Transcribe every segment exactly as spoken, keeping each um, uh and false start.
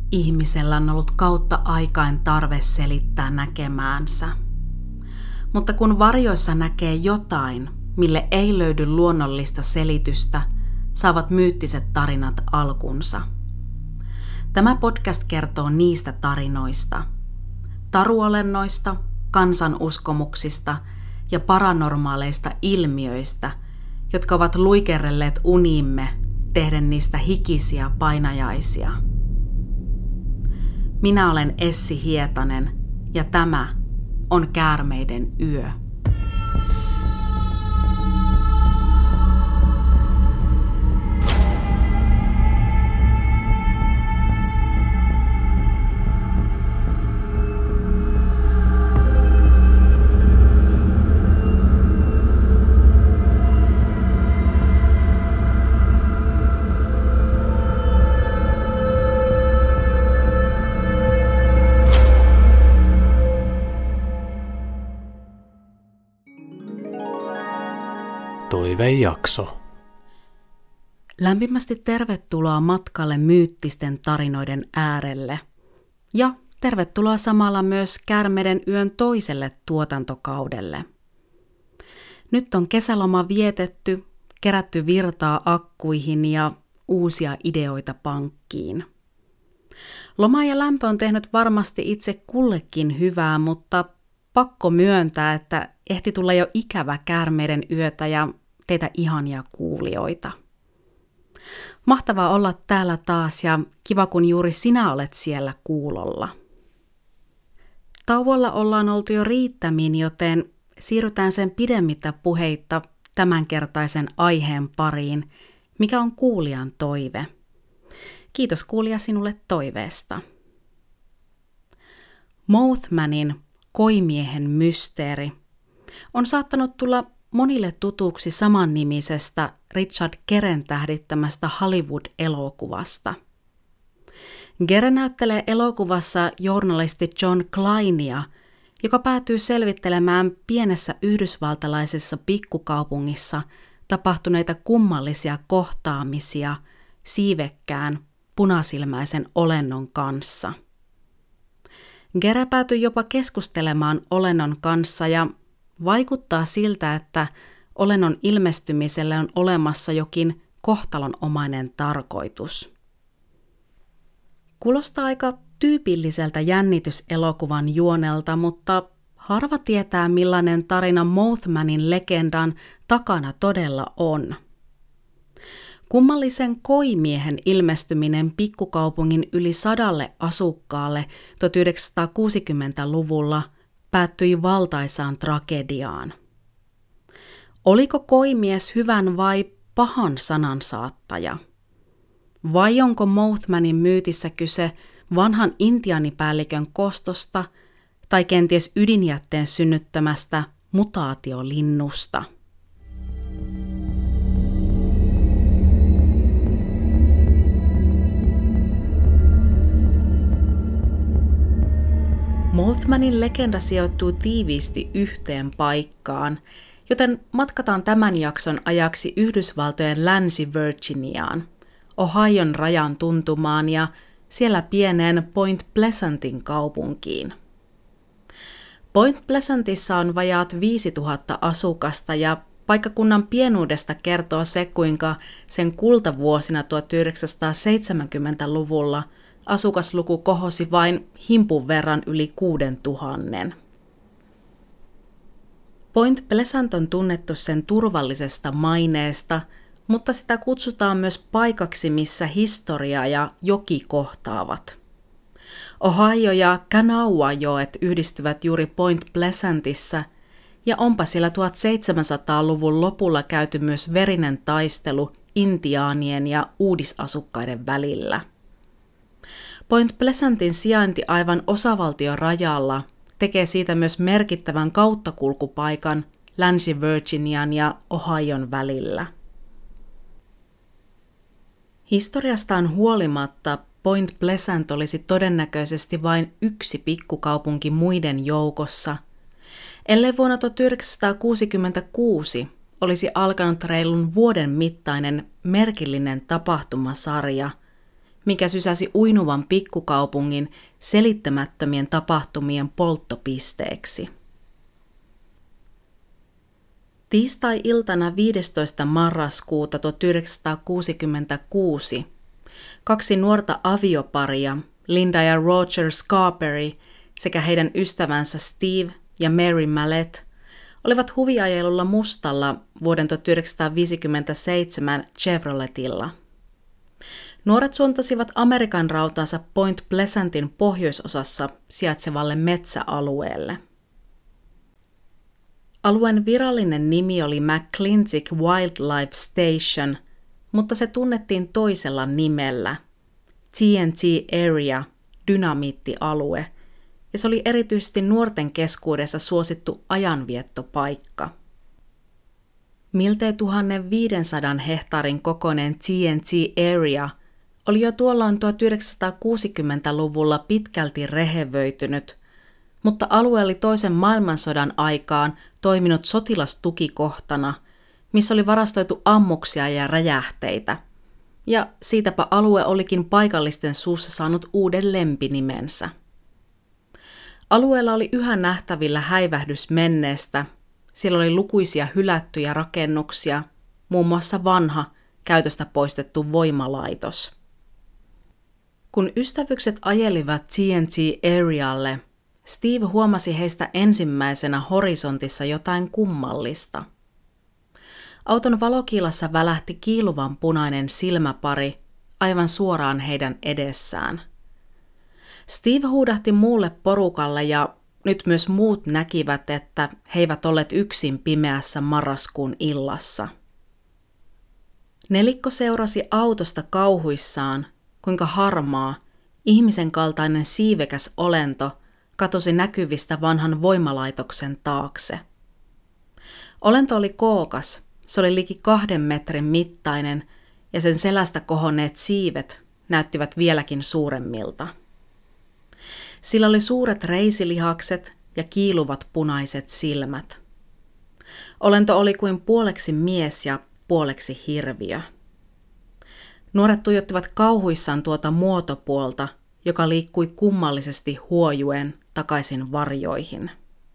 Ihmisellä on ollut kautta aikain tarve selittää näkemäänsä. Mutta kun varjoissa näkee jotain, mille ei löydy luonnollista selitystä, saavat myyttiset tarinat alkunsa. Tämä podcast kertoo niistä tarinoista, taruolennoista, kansanuskomuksista ja paranormaaleista ilmiöistä, jotka ovat luikerelleet uniimme tehden niistä hikisiä painajaisia. Minä olen Essi Hietanen ja tämä on Käärmeiden yö. Toivejakso. Lämpimästi tervetuloa matkalle myyttisten tarinoiden äärelle. Ja tervetuloa samalla myös Käärmeiden yön toiselle tuotantokaudelle. Nyt on kesäloma vietetty, kerätty virtaa akkuihin ja uusia ideoita pankkiin. Loma ja lämpö on tehnyt varmasti itse kullekin hyvää, mutta pakko myöntää, että ehti tulla jo ikävä Käärmeiden yötä ja teitä ihania kuulijoita. Mahtavaa olla täällä taas ja kiva, kun juuri sinä olet siellä kuulolla. Tauolla ollaan oltu jo riittämin, joten siirrytään sen pidemmittä puheitta tämänkertaisen aiheen pariin, mikä on kuulijan toive. Kiitos kuulija sinulle toiveesta. Mothmanin koimiehen mysteeri on saattanut tulla monille tutuksi samannimisestä Richard Geren tähdittämästä Hollywood-elokuvasta. Gere näyttelee elokuvassa journalisti John Kleinia, joka päätyy selvittelemään pienessä yhdysvaltalaisessa pikkukaupungissa tapahtuneita kummallisia kohtaamisia siivekkään punasilmäisen olennon kanssa. Gere päätyy jopa keskustelemaan olennon kanssa ja vaikuttaa siltä, että olennon ilmestymiselle on olemassa jokin kohtalonomainen tarkoitus. Kuulostaa aika tyypilliseltä jännityselokuvan juonelta, mutta harva tietää, millainen tarina Mothmanin legendan takana todella on. Kummallisen koimiehen ilmestyminen pikkukaupungin yli sadalle asukkaalle tuhatyhdeksänsataakuusikymmentäluvulla päättyi valtaisaan tragediaan. Oliko koimies hyvän vai pahan sanansaattaja? Vai onko Mothmanin myytissä kyse vanhan intiaanipäällikön kostosta tai kenties ydinjätteen synnyttämästä mutaatiolinnusta? Mothmanin legenda sijoittuu tiiviisti yhteen paikkaan, joten matkataan tämän jakson ajaksi Yhdysvaltojen Länsi-Virginiaan, Ohion rajan tuntumaan ja siellä pieneen Point Pleasantin kaupunkiin. Point Pleasantissa on vajaat viisituhatta asukasta ja paikkakunnan pienuudesta kertoo se, kuinka sen kultavuosina tuhatyhdeksänsataaseitsemänkymmentäluvulla asukasluku kohosi vain himpun verran yli kuuden tuhannen. Point Pleasant on tunnettu sen turvallisesta maineesta, mutta sitä kutsutaan myös paikaksi, missä historia ja joki kohtaavat. Ohio ja Kanawha-joet yhdistyvät juuri Point Pleasantissa, ja onpa siellä tuhatseitsemänsataaluvun lopulla käyty myös verinen taistelu intiaanien ja uudisasukkaiden välillä. Point Pleasantin sijainti aivan osavaltion rajalla tekee siitä myös merkittävän kauttakulkupaikan Länsi-Virginian ja Ohion välillä. Historiastaan huolimatta Point Pleasant olisi todennäköisesti vain yksi pikkukaupunki muiden joukossa, ellei vuonna tuhatyhdeksänsataakuusikymmentäkuusi olisi alkanut reilun vuoden mittainen merkillinen tapahtumasarja, mikä sysäsi uinuvan pikkukaupungin selittämättömien tapahtumien polttopisteeksi. Tiistai-iltana viidestoista marraskuuta tuhatyhdeksänsataakuusikymmentäkuusi kaksi nuorta avioparia, Linda ja Roger Scarberry sekä heidän ystävänsä Steve ja Mary Mallette, olivat huviajelulla mustalla vuoden tuhatyhdeksänsataaviisikymmentäseitsemän Chevroletilla. Nuoret suuntasivat Amerikan rautansa Point Pleasantin pohjoisosassa sijaitsevalle metsäalueelle. Alueen virallinen nimi oli McClintic Wildlife Station, mutta se tunnettiin toisella nimellä, T N T Area, dynamiittialue, ja se oli erityisesti nuorten keskuudessa suosittu ajanviettopaikka. Miltei tuhatviisisataa hehtaarin kokoinen T N T Area oli jo tuolloin tuhatyhdeksänsataakuusikymmentäluvulla pitkälti rehevöitynyt, mutta alue oli toisen maailmansodan aikaan toiminut sotilastukikohtana, missä oli varastoitu ammuksia ja räjähteitä, ja siitäpä alue olikin paikallisten suussa saanut uuden lempinimensä. Alueella oli yhä nähtävillä häivähdys menneestä, siellä oli lukuisia hylättyjä rakennuksia, muun muassa vanha, käytöstä poistettu voimalaitos. Kun ystävykset ajelivat T N T Arealle, Steve huomasi heistä ensimmäisenä horisontissa jotain kummallista. Auton valokiilassa välähti kiiluvan punainen silmäpari aivan suoraan heidän edessään. Steve huudahti muulle porukalle ja nyt myös muut näkivät, että he eivät olleet yksin pimeässä marraskuun illassa. Nelikko seurasi autosta kauhuissaan, kuinka harmaa, ihmisen kaltainen siivekäs olento katosi näkyvistä vanhan voimalaitoksen taakse. Olento oli kookas, se oli liki kahden metrin mittainen ja sen selästä kohonneet siivet näyttivät vieläkin suuremmilta. Sillä oli suuret reisilihakset ja kiiluvat punaiset silmät. Olento oli kuin puoleksi mies ja puoleksi hirviö. Nuoret tuijottivat kauhuissaan tuota muotopuolta, joka liikkui kummallisesti huojuen takaisin varjoihin.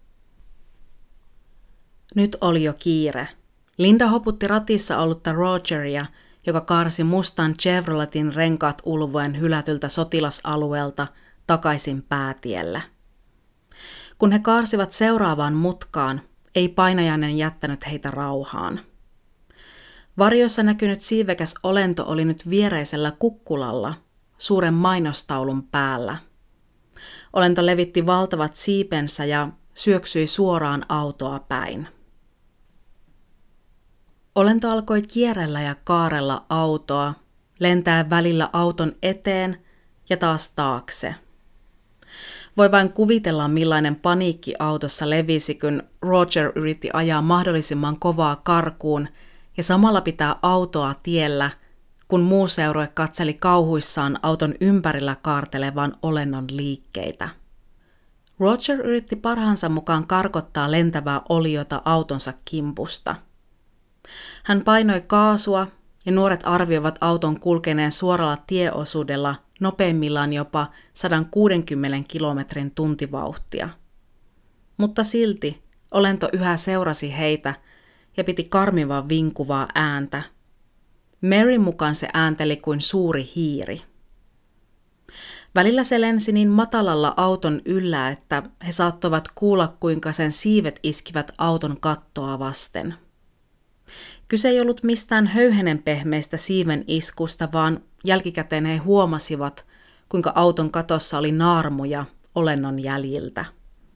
Nyt oli jo kiire. Linda hoputti ratissa ollutta Rogeria, joka kaarsi mustan Chevroletin renkaat ulvoen hylätyltä sotilasalueelta takaisin päätielle. Kun he kaarsivat seuraavaan mutkaan, ei painajainen jättänyt heitä rauhaan. Varjossa näkynyt siivekäs olento oli nyt viereisellä kukkulalla, suuren mainostaulun päällä. Olento levitti valtavat siipensä ja syöksyi suoraan autoa päin. Olento alkoi kierrellä ja kaarella autoa, lentää välillä auton eteen ja taas taakse. Voi vain kuvitella, millainen paniikki autossa levisi, kun Roger yritti ajaa mahdollisimman kovaa karkuun ja samalla pitää autoa tiellä, kun muu seurue katseli kauhuissaan auton ympärillä kaartelevan olennon liikkeitä. Roger yritti parhaansa mukaan karkottaa lentävää oliota autonsa kimpusta. Hän painoi kaasua ja nuoret arvioivat auton kulkeneen suoralla tieosuudella nopeimmillaan jopa sata kuusikymmentä kilometrin tuntivauhtia. Mutta silti olento yhä seurasi heitä ja piti karmivaa vinkuvaa ääntä. Mary mukaan se äänteli kuin suuri hiiri. Välillä se lensi niin matalalla auton yllä, että he saattoivat kuulla, kuinka sen siivet iskivät auton kattoa vasten. Kyse ei ollut mistään höyhenenpehmeistä siiven iskusta, vaan jälkikäteen he huomasivat, kuinka auton katossa oli naarmuja olennon jäljiltä.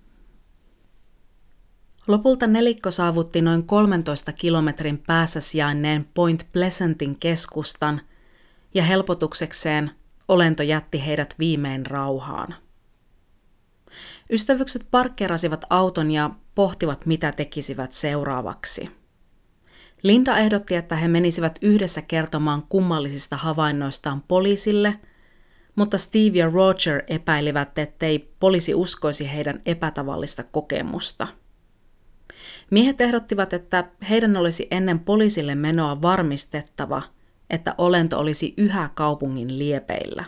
Lopulta nelikko saavutti noin kolmentoista kilometrin päässä sijainneen Point Pleasantin keskustan, ja helpotuksekseen olento jätti heidät viimein rauhaan. Ystävykset parkkeerasivat auton ja pohtivat, mitä tekisivät seuraavaksi. Linda ehdotti, että he menisivät yhdessä kertomaan kummallisista havainnoistaan poliisille, mutta Steve ja Roger epäilivät, ettei poliisi uskoisi heidän epätavallista kokemusta. Miehet ehdottivat, että heidän olisi ennen poliisille menoa varmistettava, että olento olisi yhä kaupungin liepeillä.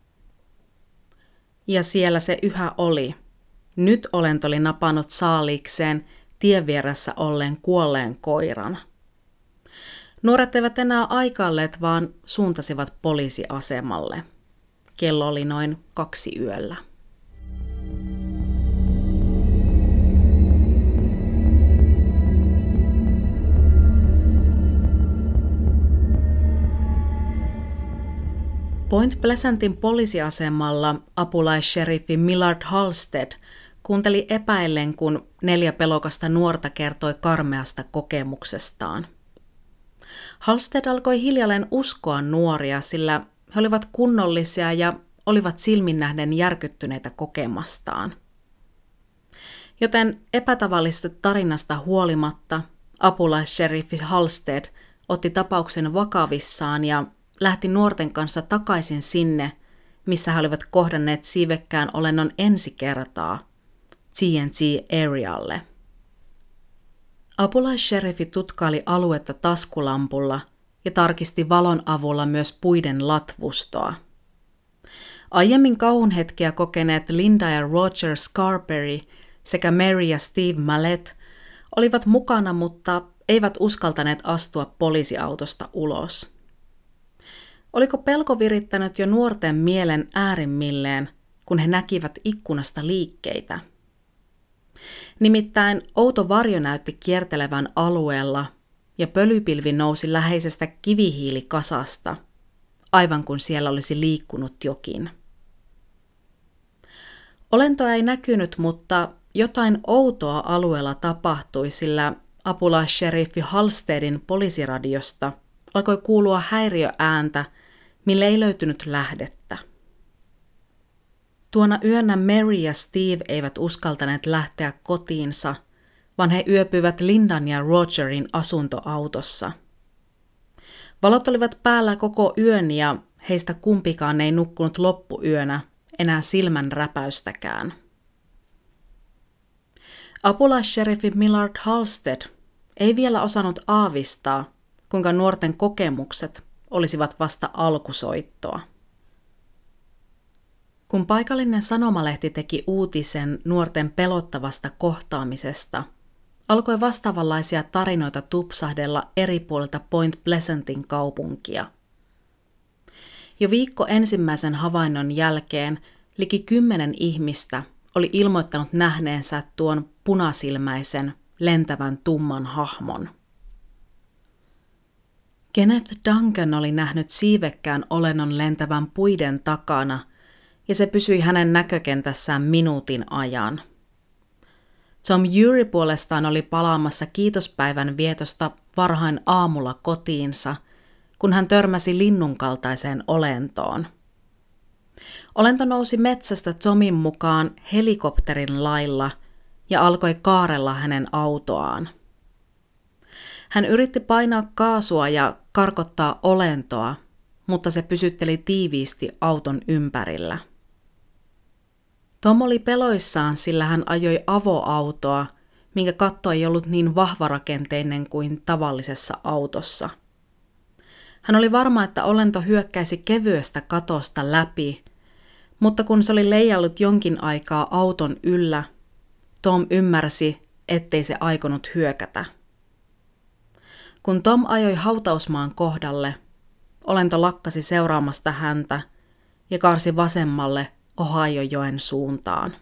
Ja siellä se yhä oli. Nyt olento oli napannut saaliikseen tien vieressä olleen kuolleen koiran. Nuoret eivät enää aikailleet, vaan suuntasivat poliisiasemalle. Kello oli noin kaksi yöllä. Point Pleasantin poliisiasemalla apulaissheriffi Millard Halstead kuunteli epäillen, kun neljä pelokasta nuorta kertoi karmeasta kokemuksestaan. Halstead alkoi hiljalleen uskoa nuoria, sillä he olivat kunnollisia ja olivat silmin nähden järkyttyneitä kokemastaan. Joten epätavallisesta tarinasta huolimatta apulaissheriffi Halstead otti tapauksen vakavissaan ja lähti nuorten kanssa takaisin sinne, missä he olivat kohdanneet siivekkään olennon ensi kertaa, T N T-arealle. Apulaissheriffi tutkaili aluetta taskulampulla ja tarkisti valon avulla myös puiden latvustoa. Aiemmin kauhun hetkeä kokeneet Linda ja Roger Scarberry sekä Mary ja Steve Mallette olivat mukana, mutta eivät uskaltaneet astua poliisiautosta ulos. Oliko pelko virittänyt jo nuorten mielen äärimmilleen, kun he näkivät ikkunasta liikkeitä? Nimittäin outo varjo näytti kiertelevän alueella ja pölypilvi nousi läheisestä kivihiilikasasta, aivan kuin siellä olisi liikkunut jokin. Olentoa ei näkynyt, mutta jotain outoa alueella tapahtui, sillä apulaissheriffi Halsteadin poliisiradiosta alkoi kuulua häiriöääntä, mille ei löytynyt lähdettä. Tuona yönä Mary ja Steve eivät uskaltaneet lähteä kotiinsa, vaan he yöpyivät Lindan ja Rogerin asuntoautossa. Valot olivat päällä koko yön ja heistä kumpikaan ei nukkunut loppuyönä enää silmän räpäystäkään. Apulaissheriffi Millard Halstead ei vielä osannut aavistaa, kuinka nuorten kokemukset olisivat vasta alkusoittoa. Kun paikallinen sanomalehti teki uutisen nuorten pelottavasta kohtaamisesta, alkoi vastaavanlaisia tarinoita tupsahdella eri puolilta Point Pleasantin kaupunkia. Jo viikko ensimmäisen havainnon jälkeen liki kymmenen ihmistä oli ilmoittanut nähneensä tuon punasilmäisen, lentävän tumman hahmon. Kenneth Duncan oli nähnyt siivekkään olennon lentävän puiden takana, ja se pysyi hänen näkökentässään minuutin ajan. Tom Ury puolestaan oli palaamassa kiitospäivän vietosta varhain aamulla kotiinsa, kun hän törmäsi linnun kaltaiseen olentoon. Olento nousi metsästä Tomin mukaan helikopterin lailla ja alkoi kaarella hänen autoaan. Hän yritti painaa kaasua ja karkottaa olentoa, mutta se pysytteli tiiviisti auton ympärillä. Tom oli peloissaan, sillä hän ajoi avoautoa, minkä katto ei ollut niin vahvarakenteinen kuin tavallisessa autossa. Hän oli varma, että olento hyökkäisi kevyestä katosta läpi, mutta kun se oli leijallut jonkin aikaa auton yllä, Tom ymmärsi, ettei se aikonut hyökätä. Kun Tom ajoi hautausmaan kohdalle, olento lakkasi seuraamasta häntä ja kaarsi vasemmalle Ohiojoen suuntaan.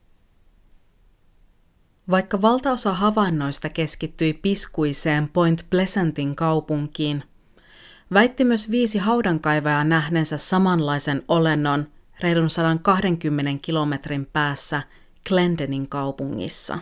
Vaikka valtaosa havainnoista keskittyi piskuiseen Point Pleasantin kaupunkiin, väitti myös viisi haudankaivajaa nähneensä samanlaisen olennon reilun sata kaksikymmentä kilometrin päässä Glendenin kaupungissa.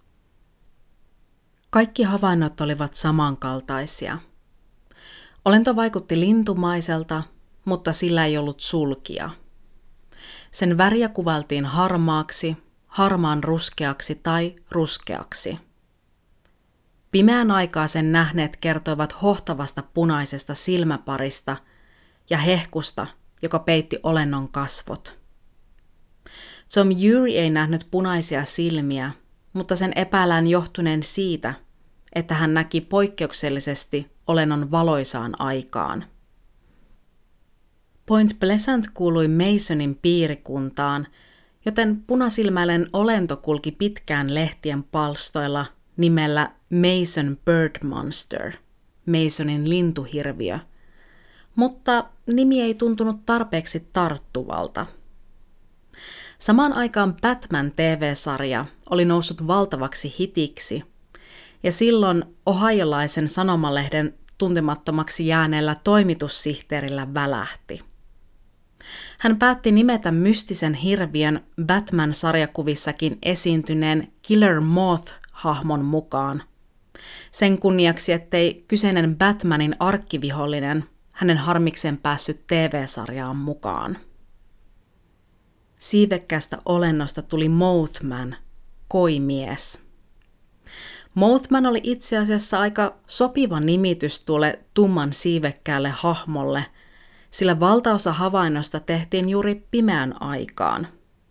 Kaikki havainnot olivat samankaltaisia. Olento vaikutti lintumaiselta, mutta sillä ei ollut sulkia. Sen väriä kuvailtiin harmaaksi, harmaan ruskeaksi tai ruskeaksi. Pimeän aikaa sen nähneet kertoivat hohtavasta punaisesta silmäparista ja hehkusta, joka peitti olennon kasvot. Tom Ury ei nähnyt punaisia silmiä, mutta sen epäillään johtuneen siitä, että hän näki poikkeuksellisesti olennon valoisaan aikaan. Point Pleasant kuului Masonin piirikuntaan, joten punasilmäinen olento kulki pitkään lehtien palstoilla nimellä Mason Bird Monster, Masonin lintuhirviö, mutta nimi ei tuntunut tarpeeksi tarttuvalta. Samaan aikaan Batman T V-sarja oli noussut valtavaksi hitiksi, ja silloin ohiolaisen sanomalehden tuntemattomaksi jääneellä toimitussihteerillä välähti. Hän päätti nimetä mystisen hirviön Batman-sarjakuvissakin esiintyneen Killer Moth-hahmon mukaan. Sen kunniaksi, ettei kyseinen Batmanin arkkivihollinen hänen harmikseen päässyt T V-sarjaan mukaan. Siivekkäästä olennosta tuli Mothman, koimies. Mothman oli itse asiassa aika sopiva nimitys tuolle tumman siivekkäälle hahmolle, sillä valtaosa havainnosta tehtiin juuri pimeän aikaan.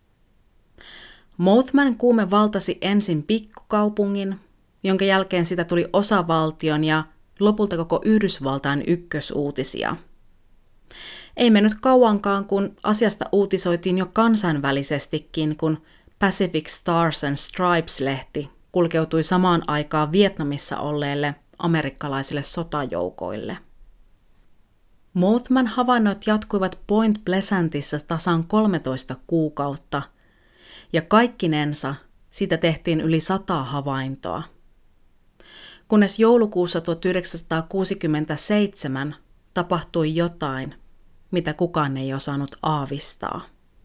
Mothman kuume valtasi ensin pikkukaupungin, jonka jälkeen sitä tuli osavaltion ja lopulta koko Yhdysvaltain ykkösuutisia. Ei mennyt kauankaan, kun asiasta uutisoitiin jo kansainvälisestikin, kun Pacific Stars and Stripes-lehti kulkeutui samaan aikaan Vietnamissa olleille amerikkalaisille sotajoukoille. Mothman havainnot jatkuivat Point Pleasantissa tasan kolmetoista kuukautta, ja kaikkinensa siitä tehtiin yli sata havaintoa. Kunnes joulukuussa tuhatyhdeksänsataakuusikymmentäseitsemän tapahtui jotain, mitä kukaan ei osannut aavistaa.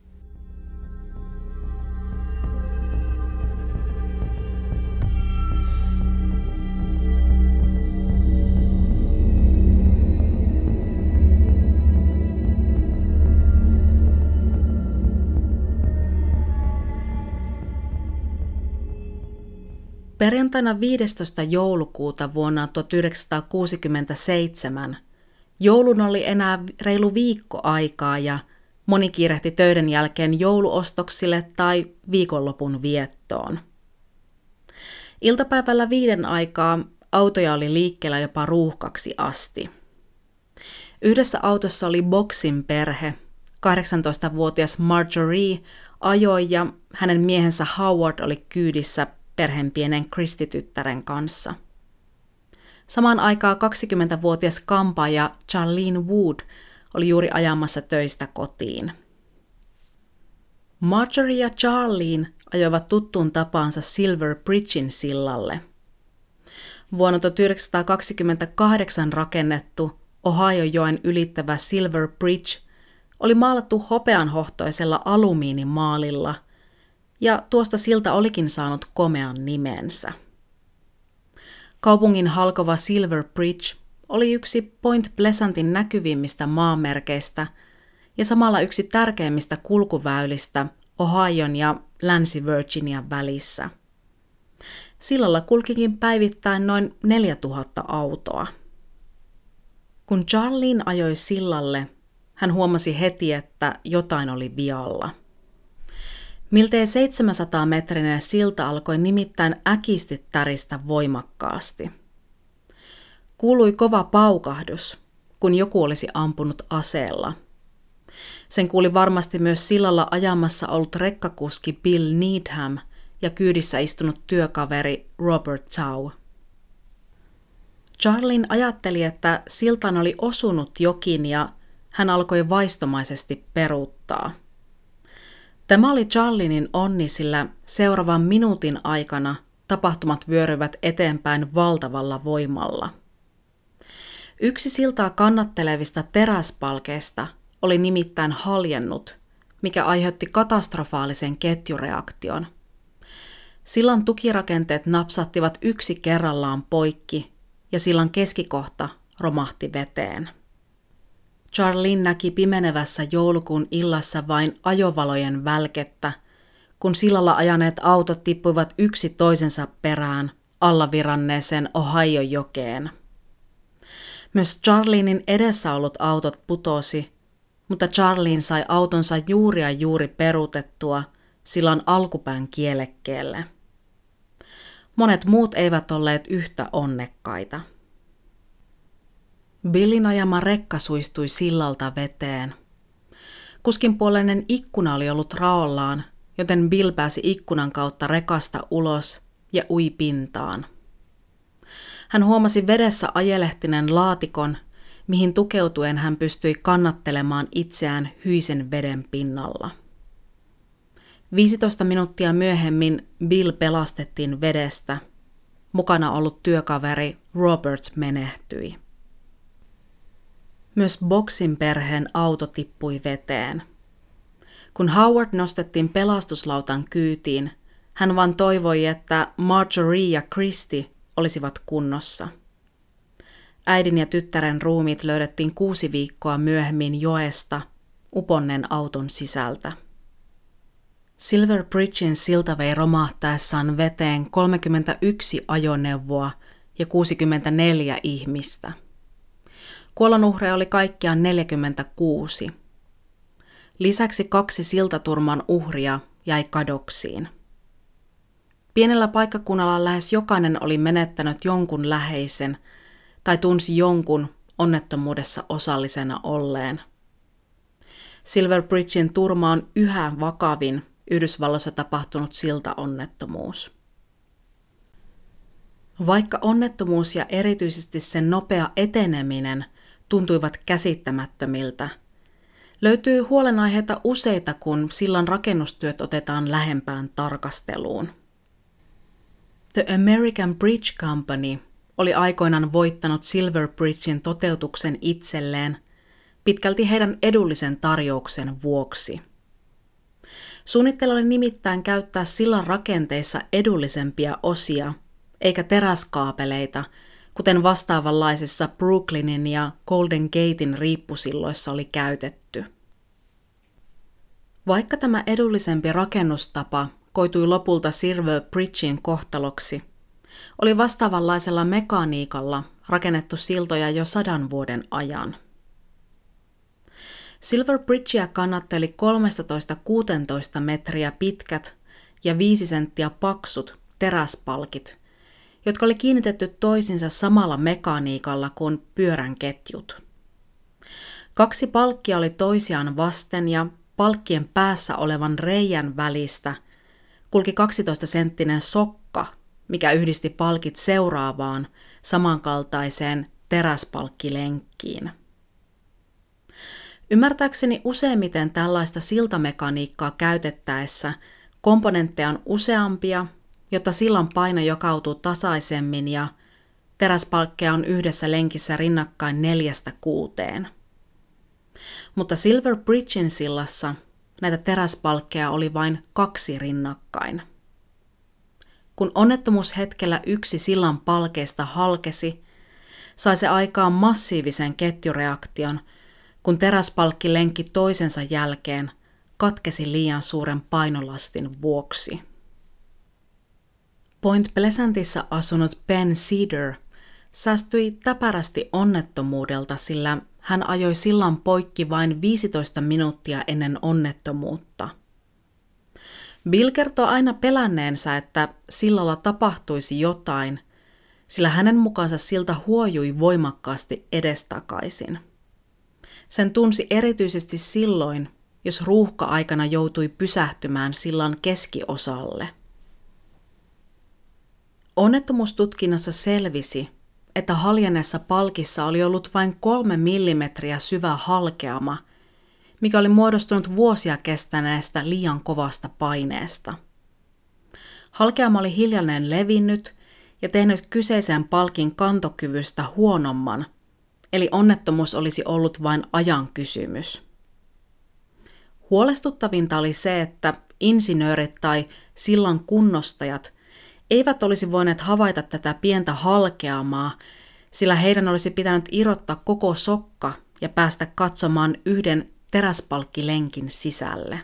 Perjantaina viidestoista joulukuuta vuonna tuhatyhdeksänsataakuusikymmentäseitsemän joulun oli enää reilu viikko aikaa ja moni kiirehti töiden jälkeen jouluostoksille tai viikonlopun viettoon. Iltapäivällä viiden aikaa autoja oli liikkeellä jopa ruuhkaksi asti. Yhdessä autossa oli Boxin perhe, kahdeksantoistavuotias Marjorie ajoi ja hänen miehensä Howard oli kyydissä perheen pienen Kristityttären kanssa. Samaan aikaan kaksikymmentävuotias kampaaja Charlene Wood oli juuri ajamassa töistä kotiin. Marjorie ja Charlene ajoivat tuttuun tapaansa Silver Bridgein sillalle. Vuonna tuhatyhdeksänsataakaksikymmentäkahdeksan rakennettu Ohiojoen ylittävä Silver Bridge oli maalattu hopeanhohtoisella alumiinimaalilla, ja tuosta silta olikin saanut komean nimensä. Kaupungin halkova Silver Bridge oli yksi Point Pleasantin näkyvimmistä maamerkeistä ja samalla yksi tärkeimmistä kulkuväylistä Ohion ja Länsi-Virginian välissä. Sillalla kulkikin päivittäin noin neljätuhatta autoa. Kun Charlene ajoi sillalle, hän huomasi heti, että jotain oli vialla. Miltei seitsemänsataa-metrinen silta alkoi nimittäin äkisti täristä voimakkaasti. Kuului kova paukahdus, kun joku olisi ampunut aseella. Sen kuuli varmasti myös sillalla ajamassa ollut rekkakuski Bill Needham ja kyydissä istunut työkaveri Robert Tau. Charlene ajatteli, että siltaan oli osunut jokin ja hän alkoi vaistomaisesti peruuttaa. Tämä oli Charlenin onni, sillä seuraavan minuutin aikana tapahtumat vyöryivät eteenpäin valtavalla voimalla. Yksi siltaa kannattelevista teräspalkeista oli nimittäin haljennut, mikä aiheutti katastrofaalisen ketjureaktion. Sillan tukirakenteet napsattivat yksi kerrallaan poikki ja sillan keskikohta romahti veteen. Charlene näki pimenevässä joulukuun illassa vain ajovalojen välkettä, kun sillalla ajaneet autot tippuivat yksi toisensa perään allaviranneeseen Ohio-jokeen. Myös Charlenin edessä ollut autot putosi, mutta Charlene sai autonsa juuri ja juuri peruutettua sillan alkupään kielekkeelle. Monet muut eivät olleet yhtä onnekkaita. Billin ajama rekka suistui sillalta veteen, Kuskinpuoleinen ikkuna oli ollut raollaan, joten Bill pääsi ikkunan kautta rekasta ulos ja ui pintaan. Hän huomasi vedessä ajelehtinen laatikon, mihin tukeutuen hän pystyi kannattelemaan itseään hyisen veden pinnalla. viisitoista minuuttia myöhemmin Bill pelastettiin vedestä. Mukana ollut työkaveri Robert menehtyi. Myös Boxin perheen auto tippui veteen. Kun Howard nostettiin pelastuslautan kyytiin, hän vaan toivoi, että Marjorie ja Christy olisivat kunnossa. Äidin ja tyttären ruumiit löydettiin kuusi viikkoa myöhemmin joesta uponneen auton sisältä. Silver Bridgein silta vei romahtaessaan veteen kolmekymmentäyksi ajoneuvoa ja kuusikymmentäneljä ihmistä. Kuolonuhreja oli kaikkiaan neljäkymmentäkuusi. Lisäksi kaksi siltaturman uhria jäi kadoksiin. Pienellä paikkakunnalla lähes jokainen oli menettänyt jonkun läheisen tai tunsi jonkun onnettomuudessa osallisena olleen. Silver Bridgein turma on yhä vakavin Yhdysvalloissa tapahtunut siltaonnettomuus. Vaikka onnettomuus ja erityisesti sen nopea eteneminen tuntuivat käsittämättömiltä, löytyy huolenaiheita useita, kun sillan rakennustyöt otetaan lähempään tarkasteluun. The American Bridge Company oli aikoinaan voittanut Silver Bridgein toteutuksen itselleen pitkälti heidän edullisen tarjouksen vuoksi. Suunnittelu oli nimittäin käyttää sillan rakenteissa edullisempia osia, eikä teräskaapeleita, kuten vastaavanlaisissa Brooklynin ja Golden Gatein riippusilloissa oli käytetty. Vaikka tämä edullisempi rakennustapa koitui lopulta Silver Bridgein kohtaloksi, oli vastaavanlaisella mekaniikalla rakennettu siltoja jo sadan vuoden ajan. Silver Bridgea kannatteli kolmetoista kuusitoista metriä pitkät ja viisi senttiä paksut teräspalkit, jotka oli kiinnitetty toisiinsa samalla mekaniikalla kuin pyörän ketjut. Kaksi palkkia oli toisiaan vasten ja palkkien päässä olevan reijän välistä kulki kaksitoista senttinen sokka, mikä yhdisti palkit seuraavaan samankaltaiseen teräspalkkilenkkiin. Ymmärtääkseni useimmiten tällaista siltamekaniikkaa käytettäessä komponentteja on useampia, jotta sillan paino jakautuu tasaisemmin ja teräspalkkeja on yhdessä lenkissä rinnakkain neljästä kuuteen. Mutta Silver Bridgein sillassa näitä teräspalkkeja oli vain kaksi rinnakkain. Kun onnettomuushetkellä yksi sillan palkeista halkesi, sai se aikaan massiivisen ketjureaktion, kun teräspalkkilenkki toisensa jälkeen katkesi liian suuren painolastin vuoksi. Point Pleasantissa asunut Ben Cedar säästyi täpärästi onnettomuudelta, sillä hän ajoi sillan poikki vain viisitoista minuuttia ennen onnettomuutta. Bill kertoo aina pelänneensä, että sillalla tapahtuisi jotain, sillä hänen mukaansa silta huojui voimakkaasti edestakaisin. Sen tunsi erityisesti silloin, jos ruuhka-aikana joutui pysähtymään sillan keskiosalle. Onnettomuustutkinnassa selvisi, että haljenneessa palkissa oli ollut vain kolme millimetriä syvä halkeama, mikä oli muodostunut vuosia kestäneestä liian kovasta paineesta. Halkeama oli hiljalleen levinnyt ja tehnyt kyseisen palkin kantokyvystä huonomman, eli onnettomuus olisi ollut vain ajan kysymys. Huolestuttavinta oli se, että insinöörit tai sillan kunnostajat eivät olisi voineet havaita tätä pientä halkeamaa, sillä heidän olisi pitänyt irrottaa koko sokka ja päästä katsomaan yhden teräspalkkilenkin sisälle.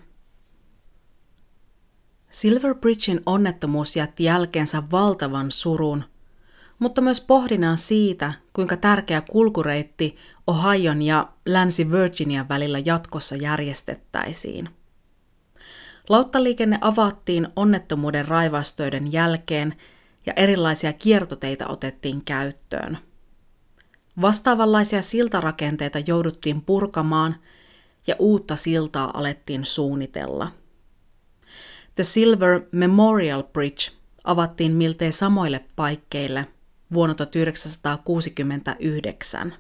Silver Bridgein onnettomuus jätti jälkeensä valtavan surun, mutta myös pohdinnan siitä, kuinka tärkeä kulkureitti Ohion ja Länsi-Virginian välillä jatkossa järjestettäisiin. Lauttaliikenne avattiin onnettomuuden raivaustöiden jälkeen ja erilaisia kiertoteitä otettiin käyttöön. Vastaavanlaisia siltarakenteita jouduttiin purkamaan, ja uutta siltaa alettiin suunnitella. The Silver Memorial Bridge avattiin miltei samoille paikkeille vuonna tuhatyhdeksänsataakuusikymmentäyhdeksän.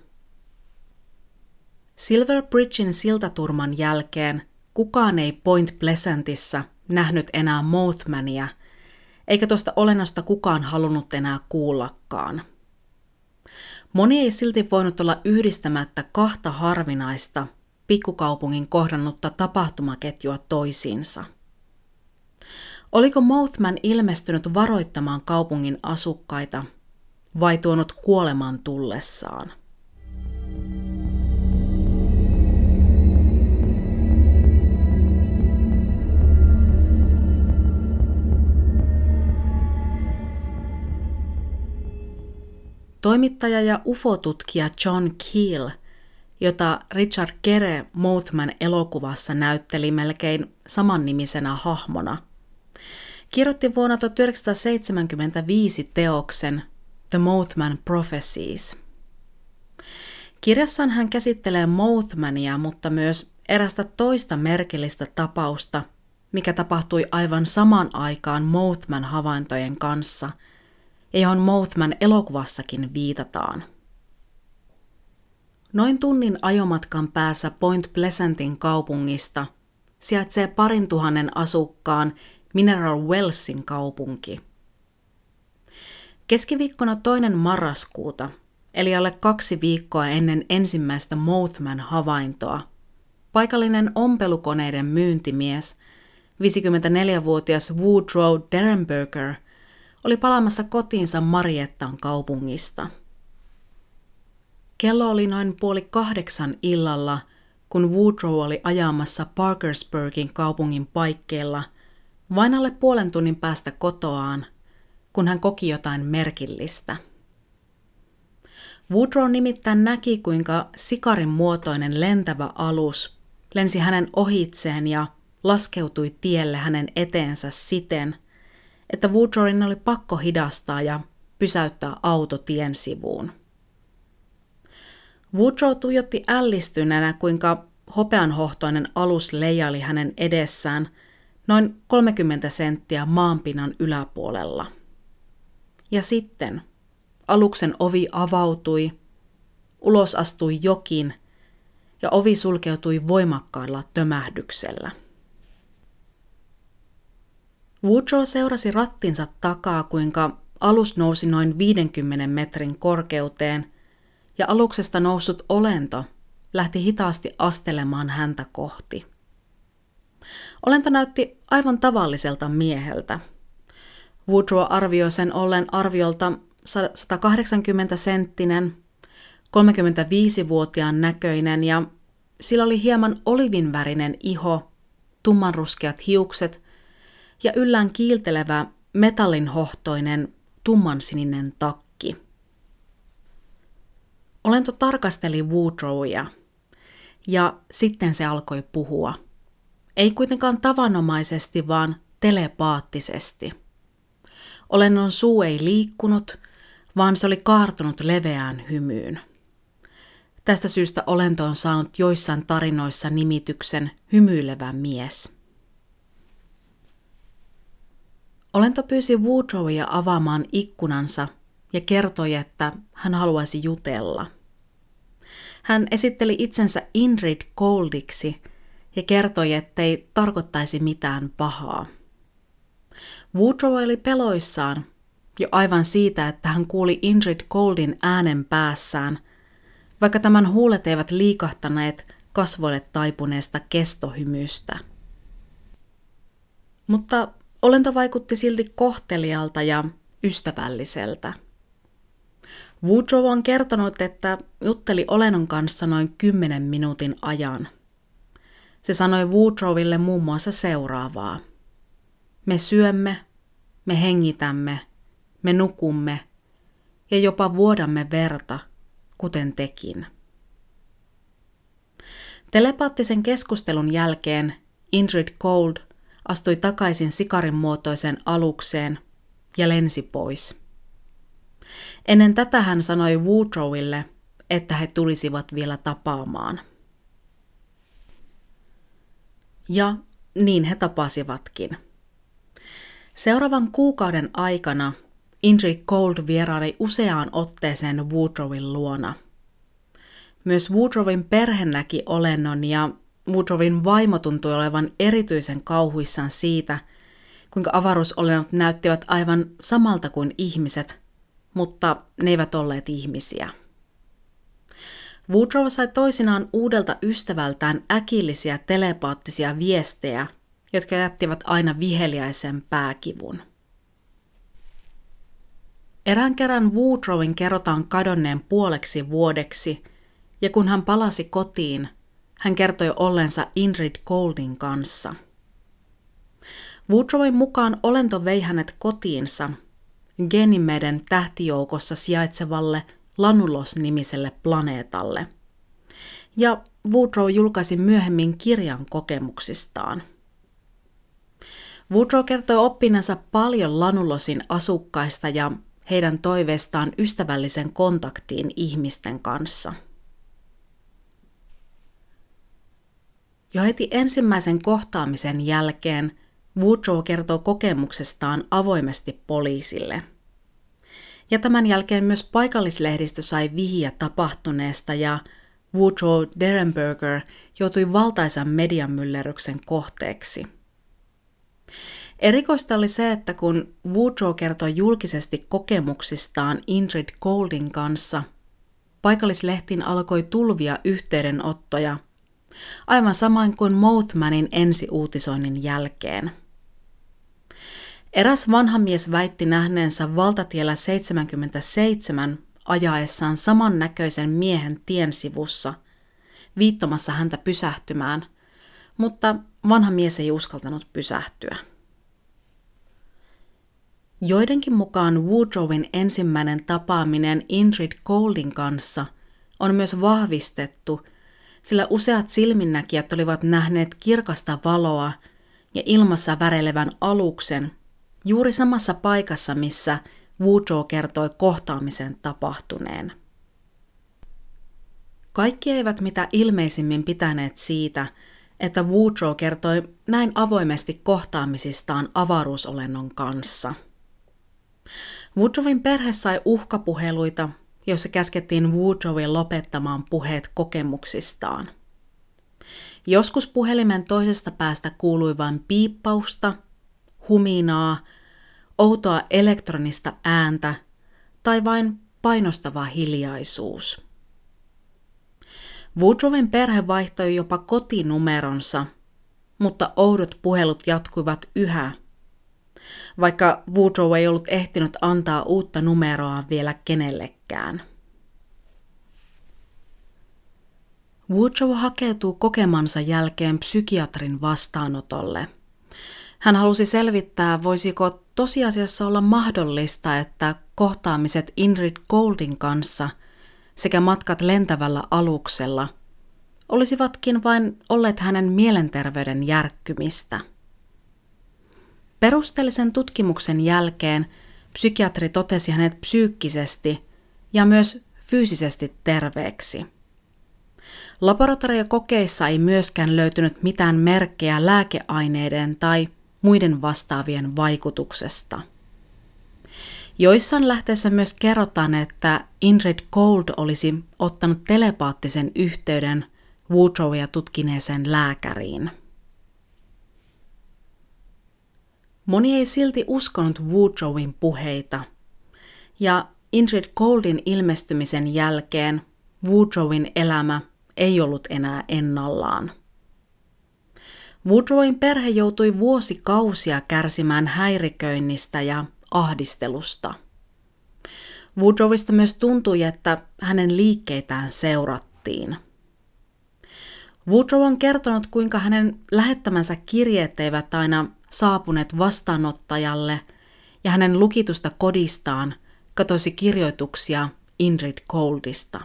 Silver Bridgein siltaturman jälkeen kukaan ei Point Pleasantissa nähnyt enää Mothmania, eikä tuosta olennosta kukaan halunnut enää kuullakaan. Moni ei silti voinut olla yhdistämättä kahta harvinaista pikkukaupungin kohdannutta tapahtumaketjua toisiinsa. Oliko Mothman ilmestynyt varoittamaan kaupungin asukkaita vai tuonut kuoleman tullessaan? Toimittaja ja ufotutkija John Keel, jota Richard Gere Mothman elokuvassa näytteli melkein samannimisenä hahmona, kirjoitti vuonna tuhatyhdeksänsataaseitsemänkymmentäviisi teoksen The Mothman Prophecies. Kirjassaan hän käsittelee Mothmania, mutta myös erästä toista merkillistä tapausta, mikä tapahtui aivan samaan aikaan Mothman-havaintojen kanssa, ja johon Mothman elokuvassakin viitataan. Noin tunnin ajomatkan päässä Point Pleasantin kaupungista sijaitsee parin tuhannen asukkaan Mineral Wellsin kaupunki. Keskiviikkona toinen marraskuuta, eli alle kaksi viikkoa ennen ensimmäistä Mothman-havaintoa, paikallinen ompelukoneiden myyntimies, viisikymmentäneljävuotias Woodrow Derenberger, oli palaamassa kotiinsa Mariettan kaupungista. Kello oli noin puoli kahdeksan illalla, kun Woodrow oli ajamassa Parkersburgin kaupungin paikkeilla vain alle puolen tunnin päästä kotoaan, kun hän koki jotain merkillistä. Woodrow nimittäin näki, kuinka sikarin muotoinen lentävä alus lensi hänen ohitseen ja laskeutui tielle hänen eteensä siten, että Woodrowin oli pakko hidastaa ja pysäyttää auto tien sivuun. Woodrow tuijotti ällistyneenä, kuinka hopeanhohtoinen alus leijaili hänen edessään noin kolmekymmentä senttiä maanpinnan yläpuolella. Ja sitten aluksen ovi avautui, ulos astui jokin ja ovi sulkeutui voimakkaalla tömähdyksellä. Woodrow seurasi rattinsa takaa, kuinka alus nousi noin viidenkymmenen metrin korkeuteen ja aluksesta noussut olento lähti hitaasti astelemaan häntä kohti. Olento näytti aivan tavalliselta mieheltä. Woodrow arvioi sen ollen arviolta sata kahdeksankymmentä senttinen, kolmekymmentäviisivuotiaan näköinen ja sillä oli hieman olivinvärinen iho, tummanruskeat hiukset ja yllään kiiltelevä metallinhohtoinen tummansininen takki. Olento tarkasteli Woodrowia ja sitten se alkoi puhua. Ei kuitenkaan tavanomaisesti, vaan telepaattisesti. Olennon suu ei liikkunut, vaan se oli kaartunut leveään hymyyn. Tästä syystä olento on saanut joissain tarinoissa nimityksen hymyilevä mies. Olento pyysi Woodrowia avaamaan ikkunansa ja kertoi, että hän haluaisi jutella. Hän esitteli itsensä Indrid Coldiksi ja kertoi, ettei tarkoittaisi mitään pahaa. Woodrow oli peloissaan jo aivan siitä, että hän kuuli Indrid Coldin äänen päässään, vaikka tämän huulet eivät liikahtaneet kasvoille taipuneesta kestohymystä. Mutta olento vaikutti silti kohtelialta ja ystävälliseltä. Woodrow on kertonut, että jutteli olennon kanssa noin kymmenen minuutin ajan. Se sanoi Woodrowille muun muassa seuraavaa. Me syömme, me hengitämme, me nukumme ja jopa vuodamme verta, kuten tekin. Telepaattisen keskustelun jälkeen Indrid Cold astui takaisin sikarin muotoiseen alukseen ja lensi pois. Ennen tätä hän sanoi Woodrowille, että he tulisivat vielä tapaamaan. Ja niin he tapasivatkin. Seuraavan kuukauden aikana Indrid Cold vieraili useaan otteeseen Woodrowin luona. Myös Woodrowin perhe näki olennon ja Woodrowin vaimo tuntui olevan erityisen kauhuissaan siitä, kuinka avaruusolennot näyttivät aivan samalta kuin ihmiset, mutta ne eivät olleet ihmisiä. Woodrow sai toisinaan uudelta ystävältään äkillisiä telepaattisia viestejä, jotka jättivät aina viheliäisen pääkivun. Erään kerran Woodrowin kerrotaan kadonneen puoleksi vuodeksi, ja kun hän palasi kotiin, hän kertoi ollensa Indrid Coldin kanssa. Woodrowin mukaan olento vei hänet kotiinsa, Ganymeden tähtijoukossa sijaitsevalle Lanulos-nimiselle planeetalle, ja Woodrow julkaisi myöhemmin kirjan kokemuksistaan. Woodrow kertoi oppineensa paljon Lanulosin asukkaista ja heidän toiveestaan ystävällisen kontaktiin ihmisten kanssa. Jo heti ensimmäisen kohtaamisen jälkeen Woodrow kertoo kokemuksestaan avoimesti poliisille. Ja tämän jälkeen myös paikallislehdistö sai vihiä tapahtuneesta ja Woodrow Derenberger joutui valtaisan mediamyllerryksen kohteeksi. Erikoista oli se, että kun Woodrow kertoi julkisesti kokemuksistaan Indrid Coldin kanssa, paikallislehtiin alkoi tulvia yhteydenottoja, aivan samoin kuin Mothmanin ensiuutisoinnin jälkeen. Eräs vanha mies väitti nähneensä valtatiellä seitsemänkymmentäseitsemän ajaessaan samannäköisen miehen tien sivussa, viittomassa häntä pysähtymään, mutta vanha mies ei uskaltanut pysähtyä. Joidenkin mukaan Woodrowin ensimmäinen tapaaminen Indrid Coldin kanssa on myös vahvistettu, sillä useat silminnäkijät olivat nähneet kirkasta valoa ja ilmassa värelevän aluksen juuri samassa paikassa, missä Woodrow kertoi kohtaamisen tapahtuneen. Kaikki eivät mitä ilmeisimmin pitäneet siitä, että Woodrow kertoi näin avoimesti kohtaamisistaan avaruusolennon kanssa. Woodrowin perhe sai uhkapuheluita, joissa käskettiin Woodrowin lopettamaan puheet kokemuksistaan. Joskus puhelimen toisesta päästä kuului vain piippausta, huminaa, outoa elektronista ääntä tai vain painostava hiljaisuus. Woodrowin perhe vaihtoi jopa kotinumeronsa, mutta oudot puhelut jatkuivat yhä, vaikka Woodrow ei ollut ehtinyt antaa uutta numeroa vielä kenellekään. Woodrow hakeutuu kokemansa jälkeen psykiatrin vastaanotolle. Hän halusi selvittää, voisiko tosiasiassa olla mahdollista, että kohtaamiset Indrid Coldin kanssa sekä matkat lentävällä aluksella olisivatkin vain olleet hänen mielenterveyden järkkymistä. Perusteellisen tutkimuksen jälkeen psykiatri totesi hänet psyykkisesti ja myös fyysisesti terveeksi. Laboratoriokokeissa ei myöskään löytynyt mitään merkkejä lääkeaineiden tai muiden vastaavien vaikutuksesta. Joissain lähteissä myös kerrotaan, että Indrid Cold olisi ottanut telepaattisen yhteyden Woodrowia tutkineeseen lääkäriin. Moni ei silti uskonut Woodrowin puheita, ja Indrid Coldin ilmestymisen jälkeen Woodrowin elämä ei ollut enää ennallaan. Woodrowin perhe joutui vuosikausia kärsimään häiriköinnistä ja ahdistelusta. Woodrowista myös tuntui, että hänen liikkeitään seurattiin. Woodrow on kertonut, kuinka hänen lähettämänsä kirjeet eivät aina saapuneet vastaanottajalle ja hänen lukitusta kodistaan katosi kirjoituksia Indrid Coldista.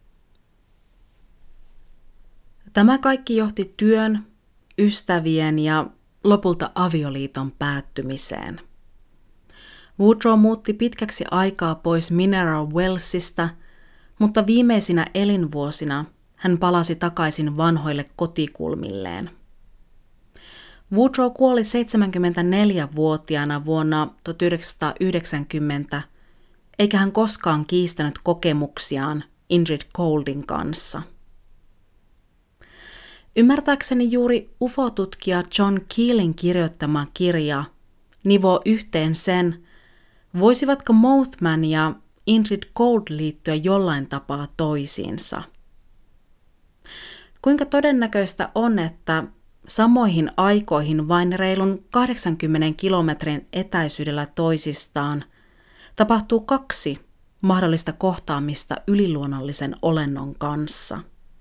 Tämä kaikki johti työn, ystävien ja lopulta avioliiton päättymiseen. Woodrow muutti pitkäksi aikaa pois Mineral Wellsista, mutta viimeisinä elinvuosina hän palasi takaisin vanhoille kotikulmilleen. Woodrow kuoli seitsemänkymmentäneljävuotiaana vuonna tuhatyhdeksänsataayhdeksänkymmentä, eikä hän koskaan kiistänyt kokemuksiaan Indrid Couldin kanssa. Ymmärtääkseni juuri U F O-tutkija John Keelin kirjoittama kirja nivoo yhteen sen, voisivatko Mothman ja Indrid Could liittyä jollain tapaa toisiinsa. Kuinka todennäköistä on, että samoihin aikoihin vain reilun kahdeksankymmenen kilometrin etäisyydellä toisistaan tapahtuu kaksi mahdollista kohtaamista yliluonnollisen olennon kanssa?